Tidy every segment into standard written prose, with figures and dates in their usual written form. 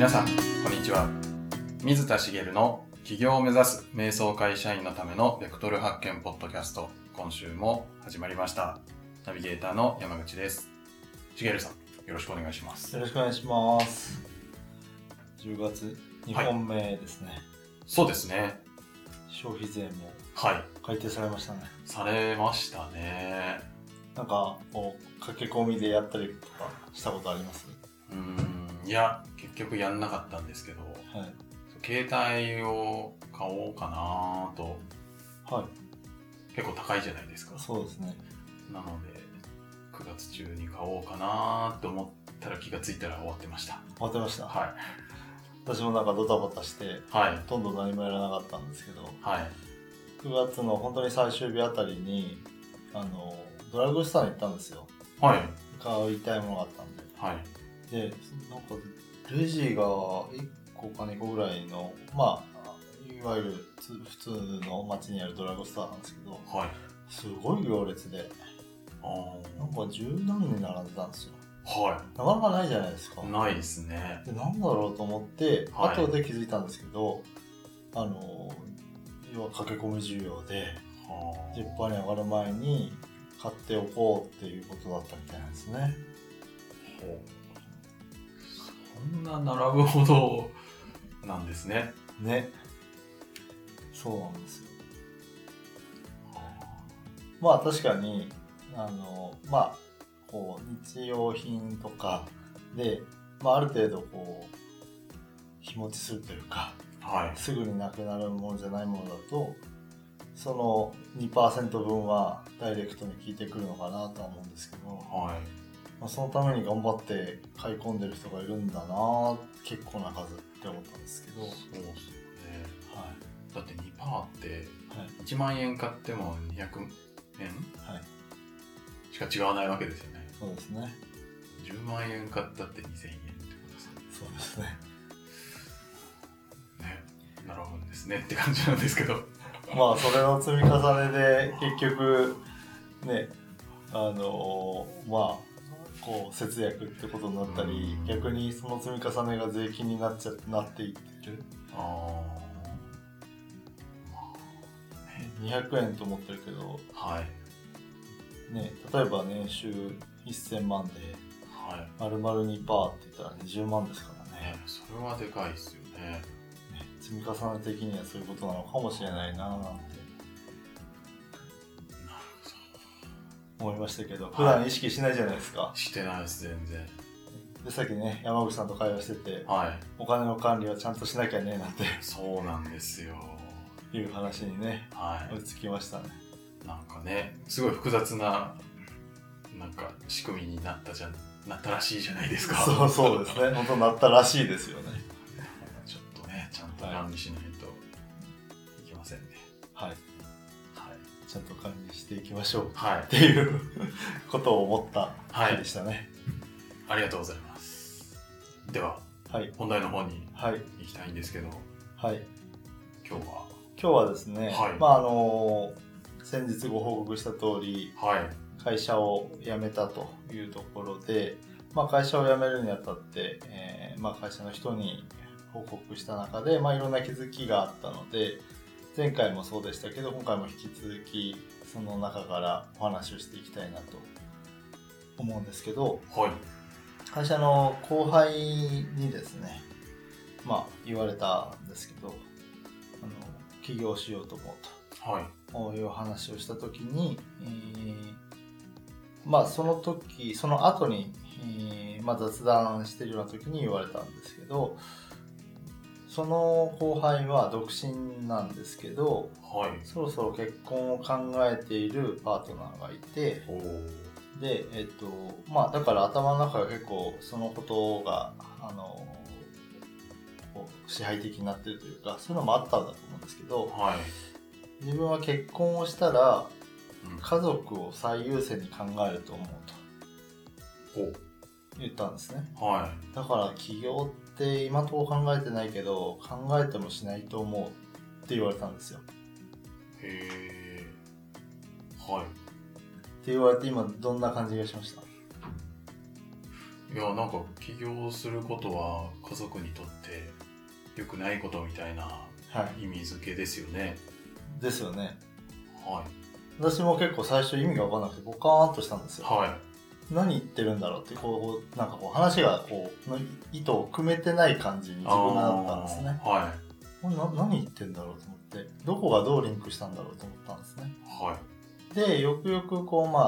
皆さんこんにちは。水田茂の起業を目指す瞑想会社員のためのベクトル発見ポッドキャスト、今週も始まりました。ナビゲーターの山口です。茂さん、よろしくお願いします。 よろしくお願いします。10月2本目ですね、はい、 そうですね。 消費税も改定されましたね。 されましたね。 なんかこう駆け込みでやったりとかしたことあります？ いや、結局やんなかったんですけど、はい、携帯を買おうかなと、はい、結構高いじゃないですか。 そうですね。 なので9月中に買おうかなと思ったら気がついたら終わってました。 終わってました。 はい。 私もなんかドタバタして、 はい、 ほとんど何もやらなかったんですけど、 はい、 9月の本当に最終日あたりにドラッグストアに行ったんですよ。 はい。 買いたいものがあったんで。 はい。 で、なんかレジが1個か2個ぐらいの、まあいわゆる普通の街にあるドラッグストアなんですけど、はい、すごい行列で、なんか十何人並んでたんですよ。はい。なかなかないじゃないですか。 ないですね。 で、なんだろうと思って、はい、後で気づいたんですけど、要は駆け込み需要で、10%に上がる前に買っておこうっていうことだったみたいなんですね。 そんな並ぶほどなんですね。 ね。そうなんですよ。まあ確かにまあこう日用品とかで、まあ、ある程度こう日持ちするというか、はい、すぐになくなるものじゃないものだとその 2% 分はダイレクトに効いてくるのかなとは思うんですけど、はい、まあ、そのために頑張って買い込んでる人がいるんだな、結構な数って思ったんですけど。そうですよね、 はい、だって 2% って1万円買っても200円、はい、しか違わないわけですよね。 そうですね。 10万円買ったって2000円ってことですね。 そうですね。 ね、並ぶんですねって感じなんですけどまあそれの積み重ねで結局ね、まあこう節約ってことになったり、逆にその積み重ねが税金になっていってる。200円と思ってるけど、はい、ね、例えば年収1000万で、はい、丸々 2% って言ったら20万ですからね。 それはでかいですよね。 積み重ね的にはそういうことなのかもしれないななんて思いましたけど、普段意識しないじゃないですか。 はい、してないです、全然。 で、さっきね、山口さんと会話してて、はい、お金の管理はちゃんとしなきゃねなんてそうなんですよいう話にね、 はい、 追いつきましたね。 なんかね、すごい複雑ななんか仕組みになったらしいじゃないですか。 そうですね。本当なったらしいですよね。 ちょっとね、ちゃんと管理しないといけませんね。はい。はい。 ちゃんと管理していきましょう。 はい。 っていうことを思った日でしたね。 はい。ありがとうございます。では、はい、本題の方に行きたいんですけど、はい。今日はですね、はい、まあ先日ご報告した通り、はい、会社を辞めたというところで、まあ、会社を辞めるにあたって、まあ、会社の人に報告した中で、まあ、いろんな気づきがあったので、前回もそうでしたけど今回も引き続きその中からお話をしていきたいなと思うんですけど、はい、会社の後輩にですね、まあ、言われたんですけど、起業しようと思うと、はい、いう話をした時に、まあその後に、まあ、雑談してるような時に言われたんですけど、その後輩は独身なんですけど、はい、そろそろ結婚を考えているパートナーがいて、で、まあだから頭の中が結構そのことが支配的になってるというか、そういうのもあったんだと思うんですけど、はい、自分は結婚をしたら家族を最優先に考えると思うと言ったんですね。はい、だから起業って今のところ考えてないけど考えてもしないと思うって言われたんですよ。 へー、はい。 って言われて今どんな感じがしました？ いや、なんか起業することは家族にとって良くないことみたいな意味付けですよね。 ですよね。 はい。 私も結構最初意味が分からなくてボカーンとしたんですよ。 はい。 何言ってるんだろうってなんか話が意図を組めてない感じに自分がなったんですね。 はい。 何言ってんだろうと思って、どこがどうリンクしたんだろうと思ったんですね。 はい。 で、よくよくそ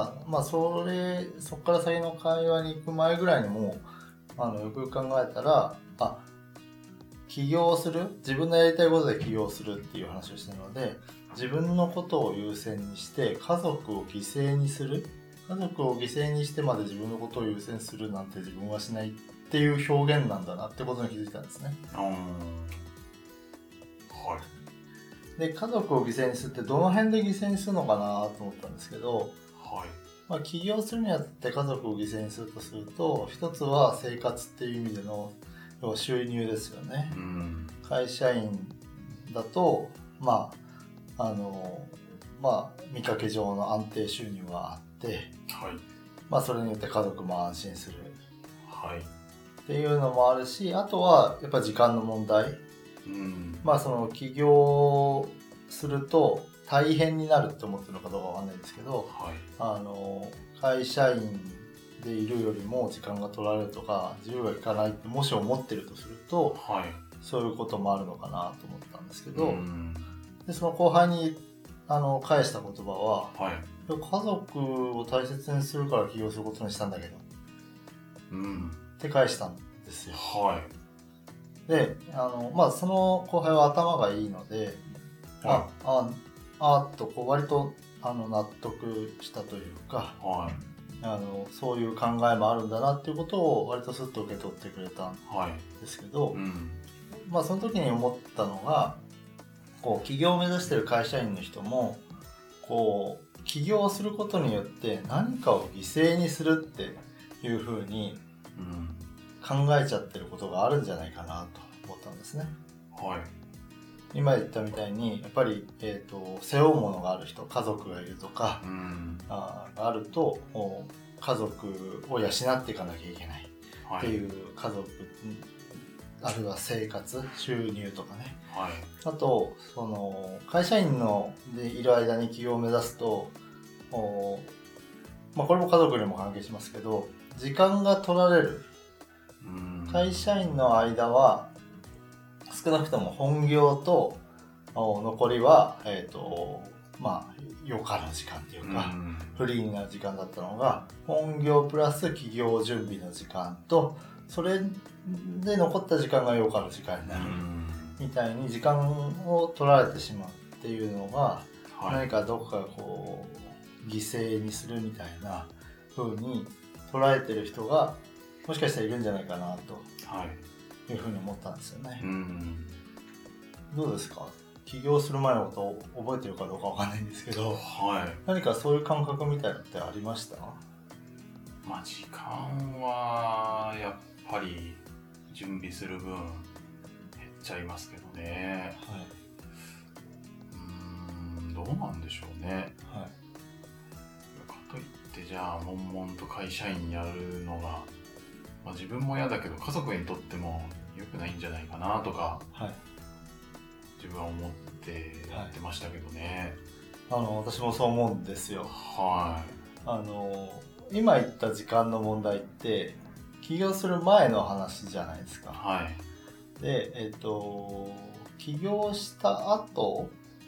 っから先の会話に行く前ぐらいにもよくよく考えたら、起業する、自分のやりたいことで起業するっていう話をしてるので、自分のことを優先にして家族を犠牲にする、家族を犠牲にしてまで自分のことを優先するなんて自分はしないっていう表現なんだなってことに気づいたんですね。 はい。 で、家族を犠牲にするってどの辺で犠牲にするのかなと思ったんですけど、 はい。 起業するにあたって家族を犠牲にするとすると、一つは生活っていう意味での収入ですよね。会社員だと、見かけ上の安定収入はあって、はい、それによって家族も安心する、はい、っていうのもあるし、あとはやっぱ時間の問題、その起業すると大変になるって思ってるのかどうかわかんないんですけど、はい、会社員でいるよりも時間が取られるとか自由がいかないってもし思ってるとすると、はい、そういうこともあるのかなと思ったんですけど、でその後輩に返した言葉は、はい、家族を大切にするから起業することにしたんだけど、って返したんですよ。はい、でその後輩は頭がいいので、割と納得したというか、はい、そういう考えもあるんだなっていうことを割とスッと受け取ってくれたんですけど、その時に思ったのが、起業を目指している会社員の人も起業することによって何かを犠牲にするっていう風に考えちゃってることがあるんじゃないかなと思ったんですね。はい、今言ったみたいにやっぱり、背負うものがある人、家族がいるとか、あると家族を養っていかなきゃいけないっていう家族、あるいは生活、収入とかね、はい、あとその会社員でいる間に起業を目指すとこれも家族にも関係しますけど、時間が取られる。会社員の間は少なくとも本業と残りは余暇の時間っていうか、フリーになる時間だったのが、本業プラス起業準備の時間と、それで残った時間が余暇の時間になるみたいに時間を取られてしまうっていうのが、何かどこか犠牲にするみたいな風に捉えてる人がもしかしたらいるんじゃないかなというふうに思ったんですよね。どうですか？起業する前のことを覚えてるかどうかわかんないんですけど、何かそういう感覚みたいなのってありました？ 時間はやっぱり準備する分減っちゃいますけどね。どうなんでしょうね。かといってじゃあ悶々と会社員やるのが、自分も嫌だけど家族にとっても良くないんじゃないかなとか、自分は思ってやってましたけどね。 私もそう思うんですよ。今言った時間の問題って起業する前の話じゃないですか。で、起業した後、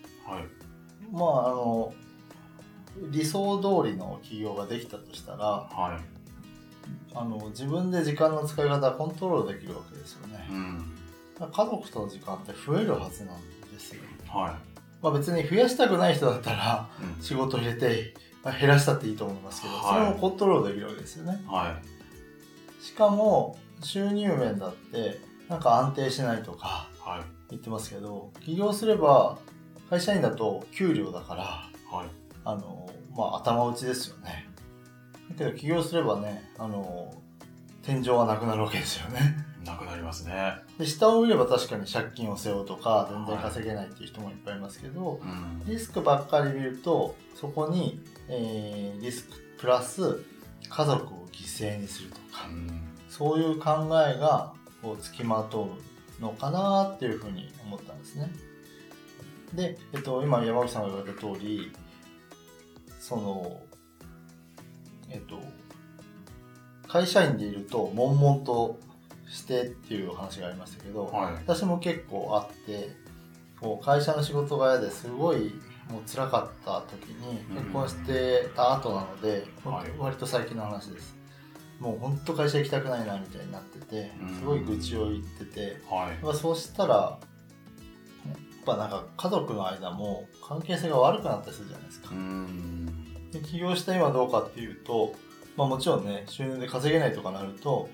理想通りの起業ができたとしたら、自分で時間の使い方をコントロールできるわけですよね。家族との時間って増えるはずなんですよ。別に増やしたくない人だったら、仕事入れて減らしたっていいと思いますけど、それもコントロールできるわけですよね。しかも収入面だってなんか安定しないとか言ってますけど、起業すれば会社員だと給料だから、頭打ちですよね。だけど起業すればね、天井はなくなるわけですよね。 なくなりますね。 で、下を見れば確かに借金を背負うとか全然稼げないっていう人もいっぱいいますけど、リスクばっかり見るとそこに、リスクプラス家族を犠牲にするとか、 そういう考えがこう付きまとうのかなっていうふうに思ったんですね。で、今山口さんが言われた通り、その会社員でいると悶々としてっていう話がありましたけど、 はい、 私も結構あって、こう会社の仕事が嫌ですごいもう辛かった時に、結婚してた後なので、割と最近の話です。もう本当会社行きたくないなみたいになってて、すごい愚痴を言ってて、そうしたらやっぱなんか家族の間も関係性が悪くなったりするじゃないですか。で起業した今どうかっていうと、もちろんね、収入で稼げないとかなると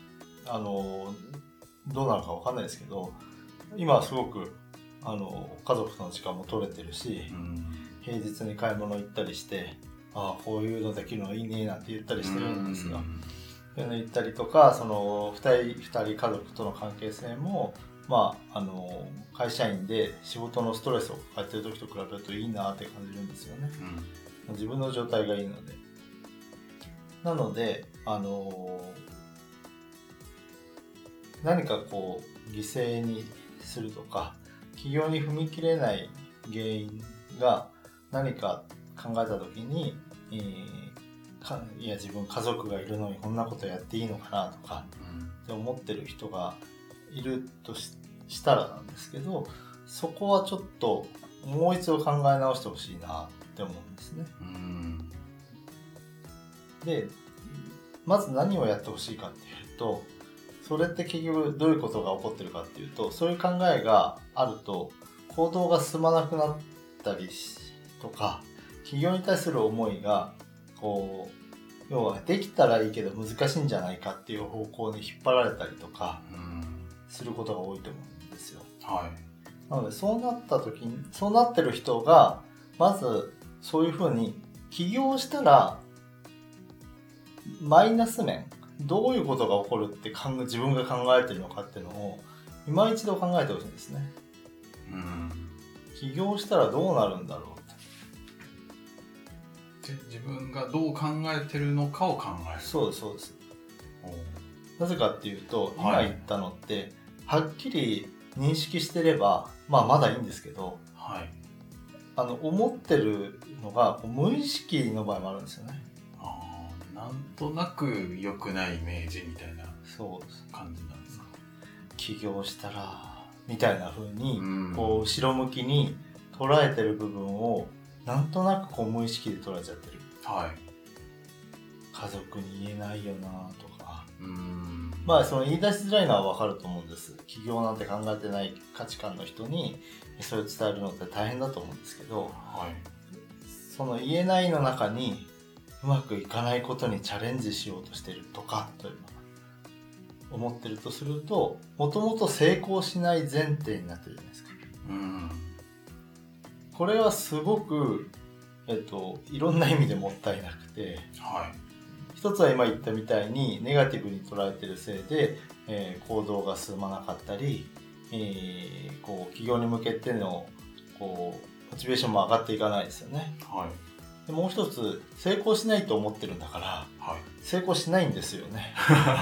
どうなるか分かんないですけど、今はすごく家族との時間も取れてるし、平日に買い物行ったりして、こういうのできるのいいねなんて言ったりしてるんですよ。そういうの言ったりとか、その2人家族との関係性も、会社員で仕事のストレスを抱えてる時と比べるといいなって感じるんですよね。自分の状態がいいので。なので、何かこう犠牲にするとか、起業に踏み切れない原因が何か考えたときに、いや自分家族がいるのにこんなことやっていいのかなとかって思ってる人がいるとしたらなんですけど、そこはちょっともう一度考え直してほしいなって思うんですね。で、まず何をやってほしいかっていうと、それって結局どういうことが起こってるかっていうと、そういう考えがあると行動が進まなくなったりとか、起業に対する思いがこう、要はできたらいいけど難しいんじゃないかっていう方向に引っ張られたりとかすることが多いと思うんですよ。なのでそうなった時に、そうなってる人がまずそういうふうに起業したらマイナス面、どういうことが起こるって自分が考えてるのかっていうのを今一度考えてほしいんですね。起業したらどうなるんだろうって。 自分がどう考えてるのかを考える。 そうです、そうです。なぜかっていうと、今言ったのって、はっきり認識してれば、まだいいんですけど、思ってるのが無意識の場合もあるんですよね。 なんとなく良くないイメージみたいな感じなんですか。 起業したらみたいな風にこう後ろ向きに捉えてる部分をなんとなくこう無意識で捉えちゃってる。家族に言えないよなとか、その言い出しづらいのは分かると思うんです。起業なんて考えてない価値観の人にそれを伝えるのって大変だと思うんですけど、その言えないの中にうまくいかないことにチャレンジしようとしてるとかというのを思ってるとすると、もともと成功しない前提になってるじゃないですか。これはすごく、いろんな意味でもったいなくて、一つは今言ったみたいにネガティブに捉えてるせいで、行動が進まなかったり、こう起業に向けてのこうモチベーションも上がっていかないですよね。でもう一つ、成功しないと思ってるんだから、成功しないんですよね。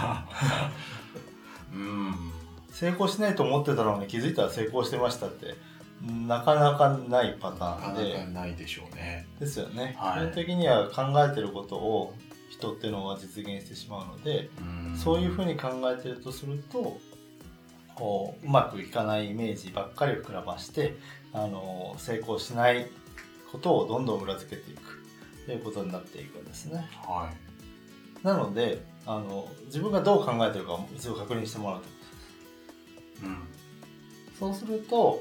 成功しないと思ってたのに気づいたら成功してましたってなかなかないパターンで。 なかなかないでしょうね。 ですよね。基本的には考えてることを人っていうのは実現してしまうので、そういうふうに考えてるとすると、こううまくいかないイメージばっかり膨らまして、成功しないことをどんどん裏付けていくということになっていくんですね。なので自分がどう考えてるかを一度確認してもらうということです。そうすると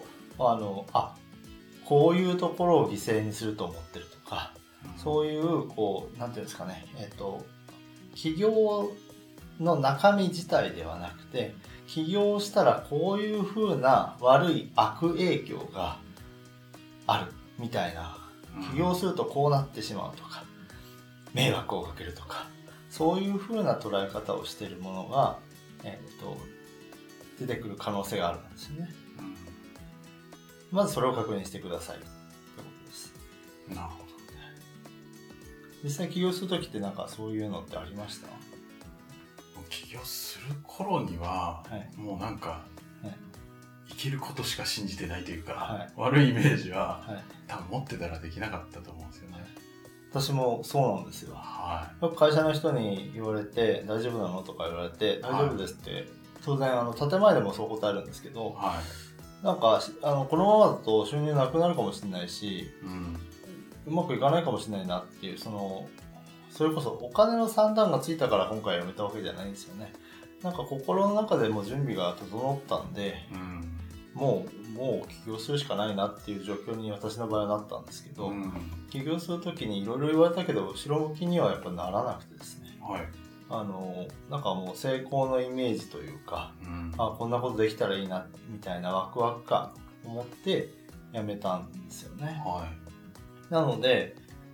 こういうところを犠牲にすると思ってるとか、そういうこうなんていうんですかね、起業の中身自体ではなくて、起業したらこういう風な悪い悪影響があるみたいな、起業するとこうなってしまうとか、迷惑をかけるとか、そういう風な捉え方をしているものが、出てくる可能性があるんですよね。まずそれを確認してくださいということです。 なるほど。 実際起業するときってなんかそういうのってありました？ 起業する頃には、もうなんか、生きることしか信じてないというか、悪いイメージは、多分持ってたらできなかったと思うんですよね。 私もそうなんですよ。よく会社の人に言われて、大丈夫なのとか言われて、大丈夫ですって、当然建前でもそう答えるんですけど、なんかこのままだと収入なくなるかもしれないし、うまくいかないかもしれないなっていう、それこそお金の算段がついたから今回辞めたわけじゃないんですよね。なんか心の中でも準備が整ったんで、もう起業するしかないなっていう状況に私の場合はなったんですけど、起業するときにいろいろ言われたけど後ろ向きにはやっぱならなくてですね、なんかもう成功のイメージというか、こんなことできたらいいなみたいなワクワク感を持って辞めたんですよね。なので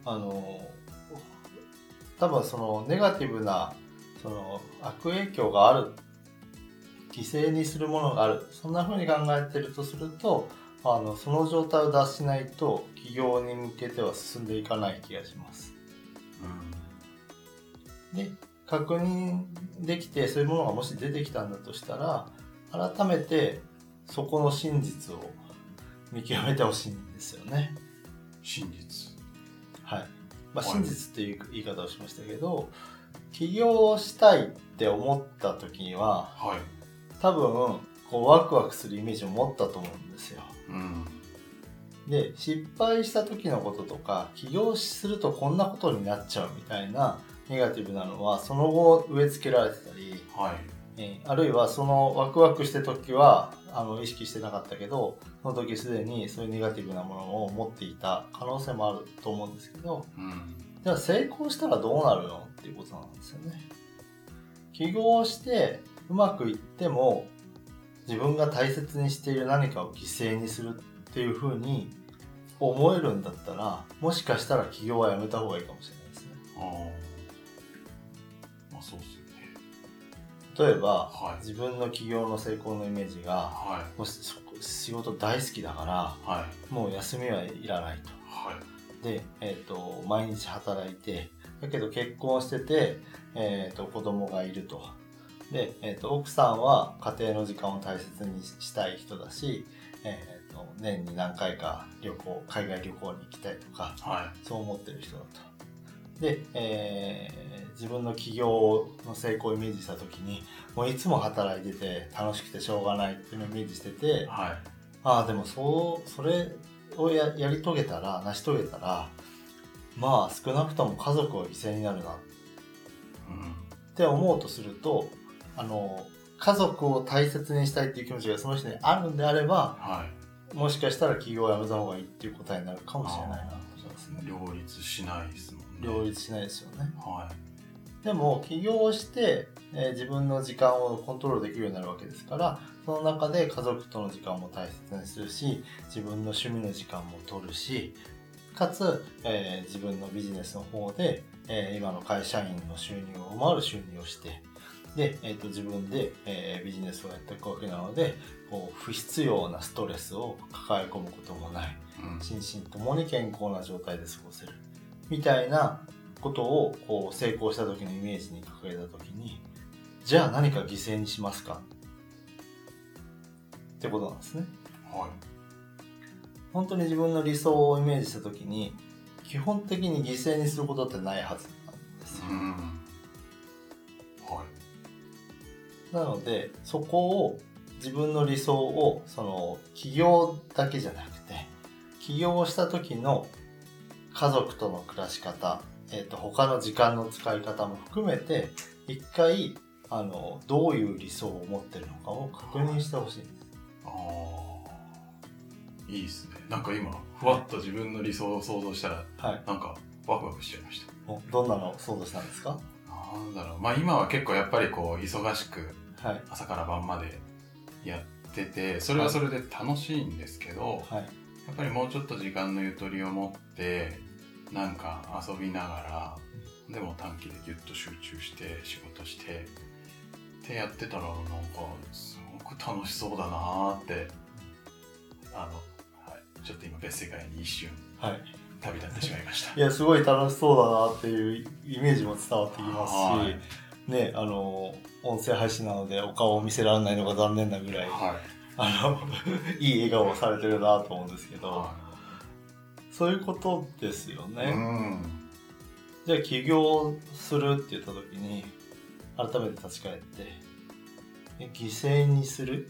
多分そのネガティブなその悪影響がある、犠牲にするものがある、そんな風に考えてるとすると、その状態を脱しないと起業に向けては進んでいかない気がします。で、確認できてそういうものがもし出てきたんだとしたら、改めてそこの真実を見極めてほしいんですよね。 真実。 真実っていう言い方をしましたけど、起業したいって思った時には、多分ワクワクするイメージを持ったと思うんですよ。で、失敗した時のこととか、起業するとこんなことになっちゃうみたいなネガティブなのはその後植え付けられてたり、あるいはそのワクワクしてる時は意識してなかったけど、その時すでにそういうネガティブなものを持っていた可能性もあると思うんですけど、じゃあ成功したらどうなるのっていうことなんですよね。起業してうまくいっても自分が大切にしている何かを犠牲にするっていう風に思えるんだったら、もしかしたら起業はやめた方がいいかもしれないですね。 そうですよね。 例えば、自分の起業の成功のイメージが、もう仕事大好きだから、もう休みはいらないと。で、毎日働いて、だけど結婚してて、子供がいると。で、奥さんは家庭の時間を大切にしたい人だし、年に何回か海外旅行に行きたいとか、そう思ってる人だと。で、自分の起業の成功をイメージした時に、もういつも働いてて楽しくてしょうがないっていうのをイメージしてて、でもそれをやり遂げたら、成し遂げたら、まあ少なくとも家族は犠牲になるなって思うとすると、家族を大切にしたいっていう気持ちがその人にあるんであれば、もしかしたら起業をやめた方がいいっていう答えになるかもしれないなと思いますね。 両立しないですもんね。 両立しないですよね。でも起業をして、自分の時間をコントロールできるようになるわけですから、その中で家族との時間も大切にするし、自分の趣味の時間も取るし、かつ、自分のビジネスの方で、今の会社員の収入を上回る収入をして、で、自分で、ビジネスをやっていくわけなので、不必要なストレスを抱え込むこともない、心身ともに健康な状態で過ごせるみたいなことを成功した時のイメージに掲げた時に、じゃあ何か犠牲にしますかってことなんですね。本当に自分の理想をイメージした時に、基本的に犠牲にすることってないはずなんですよ。なので、そこを自分の理想を起業だけじゃなくて、起業をした時の家族との暮らし方、他の時間の使い方も含めて一回どういう理想を持ってるのかを確認してほしいんです。 いいですね。なんか今ふわっと自分の理想を想像したら、なんかワクワクしちゃいました。 どんなのを想像したんですか？ なんだろう。今は結構やっぱり忙しく朝から晩までやってて、それはそれで楽しいんですけど、やっぱりもうちょっと時間のゆとりを持ってなんか遊びながら、でも短期でギュッと集中して仕事してってやってたら、なんかすごく楽しそうだなーってちょっと今別世界に一瞬旅立ってしまいました。 いや、すごい楽しそうだなっていうイメージも伝わってきますし、 ね、音声配信なのでお顔を見せられないのが残念なぐらい、いい笑顔をされてるなと思うんですけど、そういうことですよね。じゃあ起業するって言った時に改めて立ち返って犠牲にする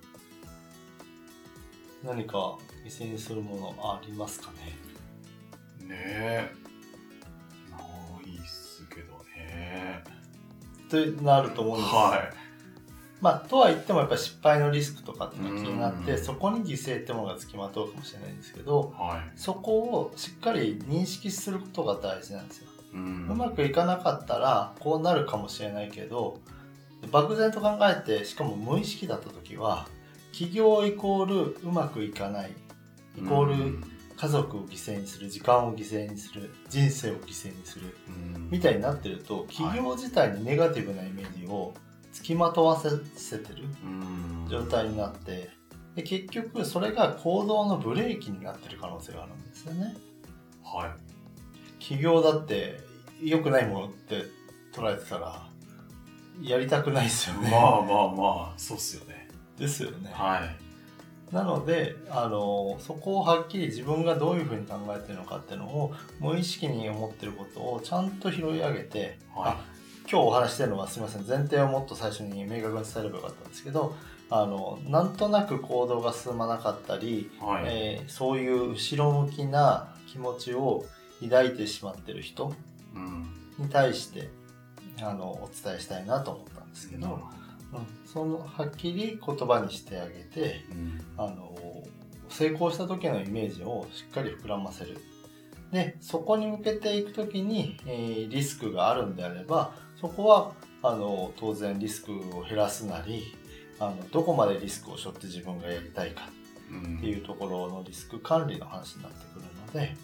何か犠牲にするものありますかね。 ねえ、ないっすけどね。 ってなると思うんです。とは言ってもやっぱり失敗のリスクとかっていうのが気になって、そこに犠牲ってものがつきまとうかもしれないんですけど、そこをしっかり認識することが大事なんですよ。うまくいかなかったらこうなるかもしれないけど、漠然と考えてしかも無意識だった時は起業イコールうまくいかないイコール家族を犠牲にする、時間を犠牲にする、人生を犠牲にするみたいになってると、起業自体にネガティブなイメージをつきまとわせてる状態になって、で結局それが行動のブレーキになってる可能性があるんですよね。起業だって良くないものって捉えてたらやりたくないですよね。 そうっすよね。 ですよね。なのでそこをはっきり自分がどういうふうに考えてるのかっていうのを無意識に思ってることをちゃんと拾い上げて、今日お話してるのはすみません、前提をもっと最初に明確に伝えればよかったんですけど、なんとなく行動が進まなかったり、そういう後ろ向きな気持ちを抱いてしまってる人に対してお伝えしたいなと思ったんですけど、そのはっきり言葉にしてあげて、成功した時のイメージをしっかり膨らませる。でそこに向けていく時に、リスクがあるんであればそこは当然リスクを減らすなりどこまでリスクを背負って自分がやりたいかっていうところのリスク管理の話になってくるので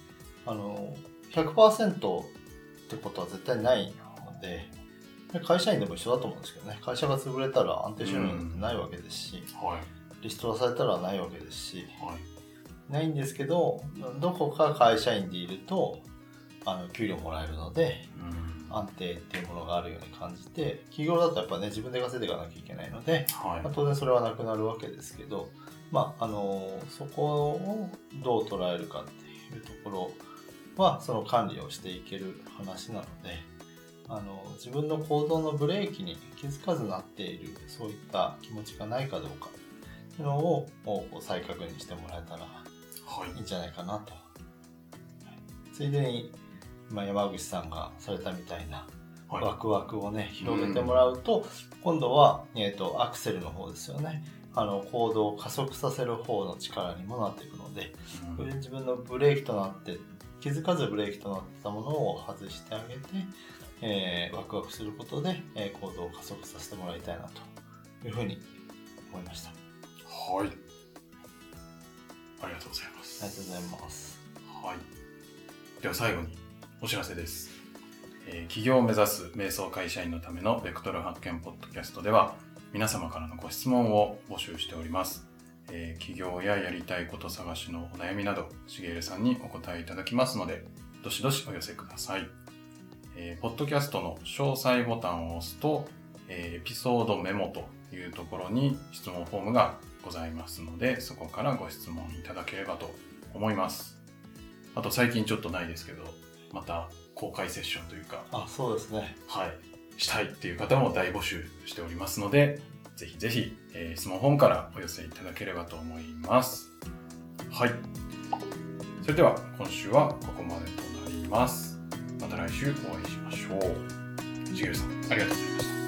100% ってことは絶対ないので、会社員でも一緒だと思うんですけどね、会社が潰れたら安定収入なんてないわけですし、リストラされたらないわけですし、ないんですけど、どこか会社員でいると給料もらえるので、安定っていうものがあるように感じて、企業だとやっぱね自分で稼いでいかなきゃいけないので、当然それはなくなるわけですけど、そこをどう捉えるかっていうところはその管理をしていける話なので、自分の行動のブレーキに気づかずなっているそういった気持ちがないかどうかっていうのを再確認してもらえたらいいんじゃないかなと。ついでに山口さんがされたみたいなワクワクをね広げてもらうと、今度は、アクセルの方ですよね。行動を加速させる方の力にもなっていくので、これで自分のブレーキとなって気づかずブレーキとなってたものを外してあげて、ワクワクすることで、行動を加速させてもらいたいなというふうに思いました。 ありがとうございます。 ありがとうございます。 では最後にお知らせです。起業を目指す瞑想会社員のためのベクトル発見ポッドキャストでは皆様からのご質問を募集しております。起業ややりたいこと探しのお悩みなどしげるさんにお答えいただきますので、どしどしお寄せください。ポッドキャストの詳細ボタンを押すと、エピソードメモというところに質問フォームがございますので、そこからご質問いただければと思います。あと最近ちょっとないですけど、また公開セッションというか、 そうですね。 したいっていう方も大募集しておりますので、ぜひぜひ、質問フォームからお寄せいただければと思います。それでは今週はここまでとなります。また来週お会いしましょう。しげるさん、ありがとうございました。